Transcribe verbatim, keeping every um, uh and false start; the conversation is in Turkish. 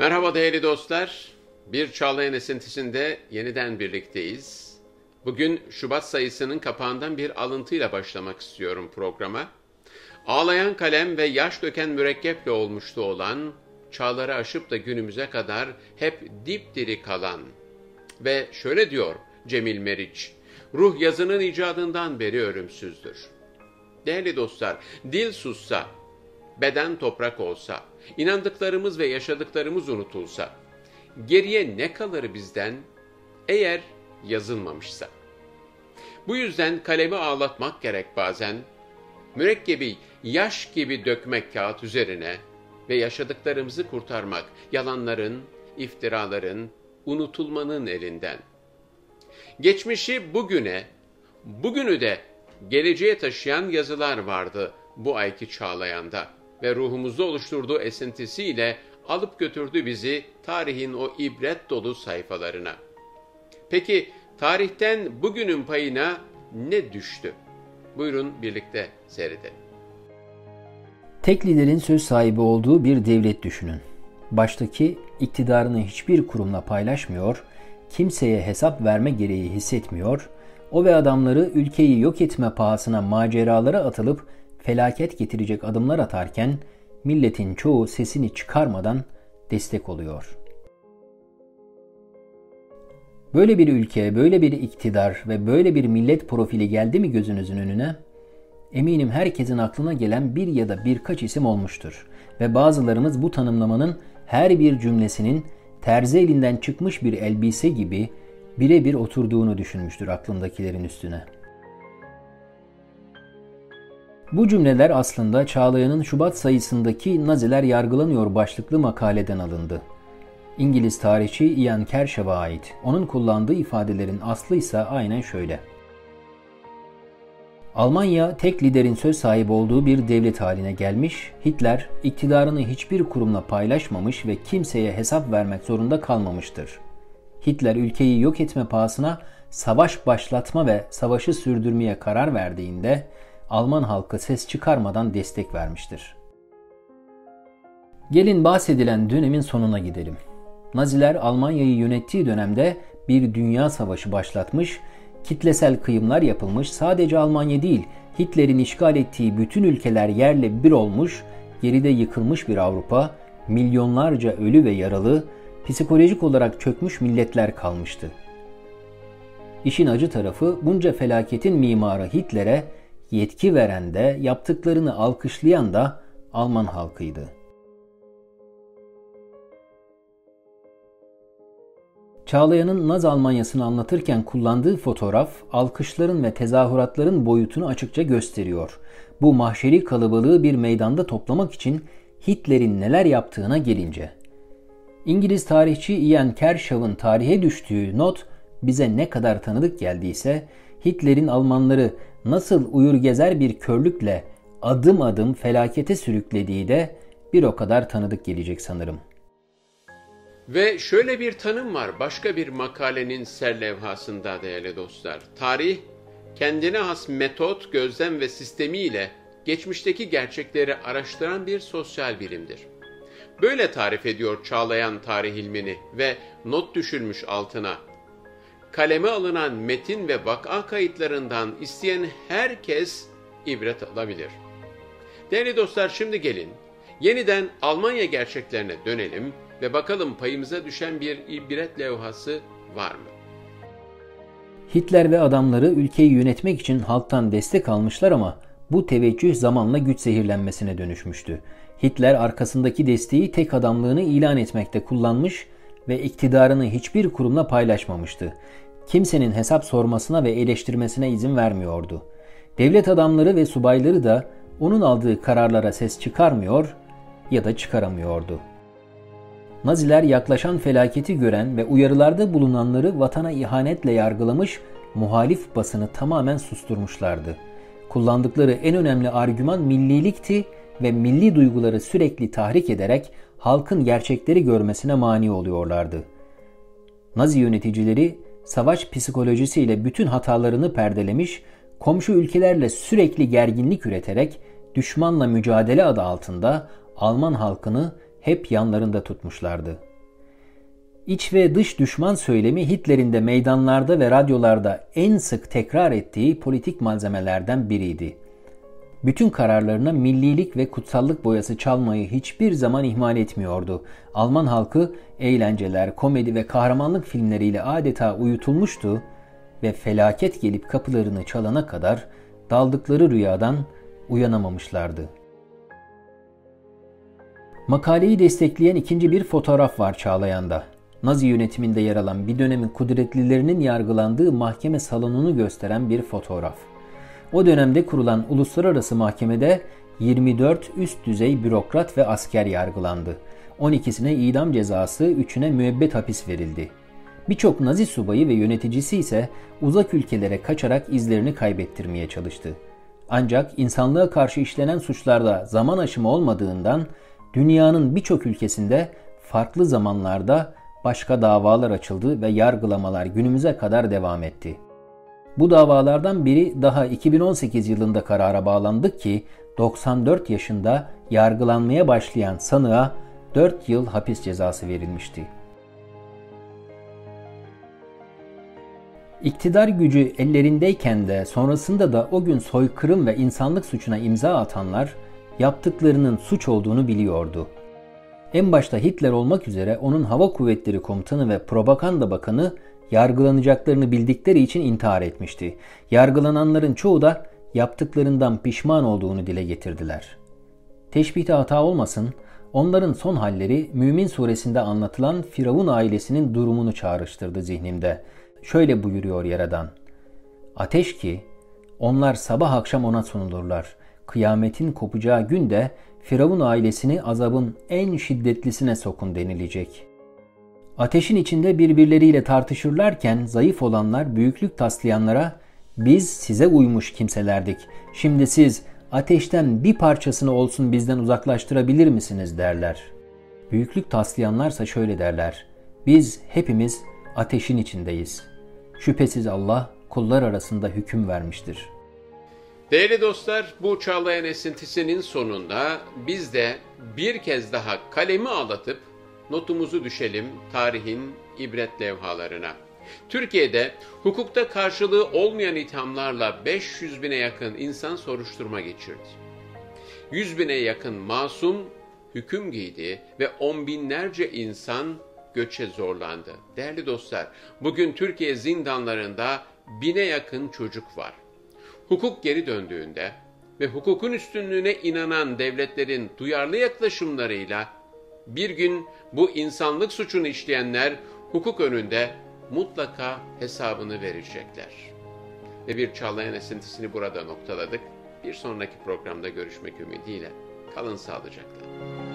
Merhaba değerli dostlar. Bir Çağlayan esintisinde yeniden birlikteyiz. Bugün Şubat sayısının kapağından bir alıntıyla başlamak istiyorum programa. Ağlayan kalem ve yaş döken mürekkeple olmuştu olan, çağları aşıp da günümüze kadar hep dipdiri kalan. Ve şöyle diyor Cemil Meriç, ruh yazının icadından beri ölümsüzdür. Değerli dostlar, dil sussa, beden toprak olsa, inandıklarımız ve yaşadıklarımız unutulsa, geriye ne kalır bizden eğer yazılmamışsa? Bu yüzden kalemi ağlatmak gerek bazen, mürekkebi yaş gibi dökmek kağıt üzerine ve yaşadıklarımızı kurtarmak yalanların, iftiraların, unutulmanın elinden. Geçmişi bugüne, bugünü de geleceğe taşıyan yazılar vardı bu ayki Çağlayan'da ve ruhumuzda oluşturduğu esintisiyle alıp götürdü bizi tarihin o ibret dolu sayfalarına. Peki tarihten bugünün payına ne düştü? Buyurun birlikte seyredelim. Tek liderin söz sahibi olduğu bir devlet düşünün. Baştaki iktidarını hiçbir kurumla paylaşmıyor, kimseye hesap verme gereği hissetmiyor, o ve adamları ülkeyi yok etme pahasına maceralara atılıp felaket getirecek adımlar atarken milletin çoğu sesini çıkarmadan destek oluyor. Böyle bir ülke, böyle bir iktidar ve böyle bir millet profili geldi mi gözünüzün önüne? Eminim herkesin aklına gelen bir ya da birkaç isim olmuştur ve bazılarımız bu tanımlamanın her bir cümlesinin terzi elinden çıkmış bir elbise gibi birebir oturduğunu düşünmüştür aklındakilerin üstüne. Bu cümleler aslında Çağlayan'ın Şubat sayısındaki Naziler yargılanıyor başlıklı makaleden alındı. İngiliz tarihçi Ian Kershaw'a ait. Onun kullandığı ifadelerin aslı ise aynen şöyle. Almanya tek liderin söz sahibi olduğu bir devlet haline gelmiş, Hitler iktidarını hiçbir kurumla paylaşmamış ve kimseye hesap vermek zorunda kalmamıştır. Hitler ülkeyi yok etme pahasına savaş başlatma ve savaşı sürdürmeye karar verdiğinde Alman halkı ses çıkarmadan destek vermiştir. Gelin bahsedilen dönemin sonuna gidelim. Naziler Almanya'yı yönettiği dönemde bir dünya savaşı başlatmış, kitlesel kıyımlar yapılmış, sadece Almanya değil, Hitler'in işgal ettiği bütün ülkeler yerle bir olmuş, geride yıkılmış bir Avrupa, milyonlarca ölü ve yaralı, psikolojik olarak çökmüş milletler kalmıştı. İşin acı tarafı bunca felaketin mimarı Hitler'e yetki veren de yaptıklarını alkışlayan da Alman halkıydı. Çağlayan'ın Nazi Almanyası'nı anlatırken kullandığı fotoğraf alkışların ve tezahüratların boyutunu açıkça gösteriyor. Bu mahşeri kalabalığı bir meydanda toplamak için Hitler'in neler yaptığına gelince. İngiliz tarihçi Ian Kershaw'ın tarihe düştüğü not bize ne kadar tanıdık geldiyse Hitler'in Almanları nasıl uyur gezer bir körlükle adım adım felakete sürüklediği de bir o kadar tanıdık gelecek sanırım. Ve şöyle bir tanım var başka bir makalenin serlevhasında değerli dostlar. Tarih, kendine has metot, gözlem ve sistemiyle geçmişteki gerçekleri araştıran bir sosyal bilimdir. Böyle tarif ediyor Çağlayan tarih ilmini ve not düşülmüş altına. Kaleme alınan metin ve vaka kayıtlarından isteyen herkes ibret alabilir. Değerli dostlar, şimdi gelin yeniden Almanya gerçeklerine dönelim ve bakalım payımıza düşen bir ibret levhası var mı? Hitler ve adamları ülkeyi yönetmek için halktan destek almışlar ama bu teveccüh zamanla güç zehirlenmesine dönüşmüştü. Hitler arkasındaki desteği tek adamlığını ilan etmekte kullanmış ve iktidarını hiçbir kurumla paylaşmamıştı. Kimsenin hesap sormasına ve eleştirmesine izin vermiyordu. Devlet adamları ve subayları da onun aldığı kararlara ses çıkarmıyor ya da çıkaramıyordu. Naziler yaklaşan felaketi gören ve uyarılarda bulunanları vatana ihanetle yargılamış, muhalif basını tamamen susturmuşlardı. Kullandıkları en önemli argüman millilikti ve milli duyguları sürekli tahrik ederek halkın gerçekleri görmesine mani oluyorlardı. Nazi yöneticileri savaş psikolojisiyle bütün hatalarını perdelemiş, komşu ülkelerle sürekli gerginlik üreterek düşmanla mücadele adı altında Alman halkını hep yanlarında tutmuşlardı. İç ve dış düşman söylemi Hitler'in de meydanlarda ve radyolarda en sık tekrar ettiği politik malzemelerden biriydi. Bütün kararlarına millilik ve kutsallık boyası çalmayı hiçbir zaman ihmal etmiyordu. Alman halkı eğlenceler, komedi ve kahramanlık filmleriyle adeta uyutulmuştu ve felaket gelip kapılarını çalana kadar daldıkları rüyadan uyanamamışlardı. Makaleyi destekleyen ikinci bir fotoğraf var Çağlayan'da. Nazi yönetiminde yer alan bir dönemin kudretlilerinin yargılandığı mahkeme salonunu gösteren bir fotoğraf. O dönemde kurulan uluslararası mahkemede yirmi dört üst düzey bürokrat ve asker yargılandı. on ikisine idam cezası, üçüne müebbet hapis verildi. Birçok Nazi subayı ve yöneticisi ise uzak ülkelere kaçarak izlerini kaybettirmeye çalıştı. Ancak insanlığa karşı işlenen suçlarda zaman aşımı olmadığından dünyanın birçok ülkesinde farklı zamanlarda başka davalar açıldı ve yargılamalar günümüze kadar devam etti. Bu davalardan biri daha iki bin on sekiz yılında karara bağlandı ki doksan dört yaşında yargılanmaya başlayan sanığa dört yıl hapis cezası verilmişti. İktidar gücü ellerindeyken de sonrasında da o gün soykırım ve insanlık suçuna imza atanlar yaptıklarının suç olduğunu biliyordu. En başta Hitler olmak üzere onun Hava Kuvvetleri Komutanı ve Propaganda Bakanı yargılanacaklarını bildikleri için intihar etmişti. Yargılananların çoğu da yaptıklarından pişman olduğunu dile getirdiler. Teşbihte hata olmasın, onların son halleri Mümin Suresinde anlatılan Firavun ailesinin durumunu çağrıştırdı zihnimde. Şöyle buyuruyor Yaradan: "Ateş ki onlar sabah akşam ona sunulurlar. Kıyametin kopacağı günde Firavun ailesini azabın en şiddetlisine sokun denilecek." Ateşin içinde birbirleriyle tartışırlarken zayıf olanlar büyüklük taslayanlara "Biz size uymuş kimselerdik. Şimdi siz ateşten bir parçasını olsun bizden uzaklaştırabilir misiniz?" derler. Büyüklük taslayanlarsa şöyle derler: "Biz hepimiz ateşin içindeyiz. Şüphesiz Allah kullar arasında hüküm vermiştir." Değerli dostlar, bu Çağlayan esintisinin sonunda biz de bir kez daha kalemi ağlatıp notumuzu düşelim tarihin ibret levhalarına. Türkiye'de hukukta karşılığı olmayan ithamlarla beş yüz bine yakın insan soruşturma geçirdi. yüz bine yakın masum hüküm giydi ve on binlerce insan göçe zorlandı. Değerli dostlar, bugün Türkiye zindanlarında bine yakın çocuk var. Hukuk geri döndüğünde ve hukukun üstünlüğüne inanan devletlerin duyarlı yaklaşımlarıyla bir gün bu insanlık suçunu işleyenler hukuk önünde mutlaka hesabını verecekler. Ve bir Çağlayan esintisini burada noktaladık. Bir sonraki programda görüşmek ümidiyle. Kalın sağlıcakla.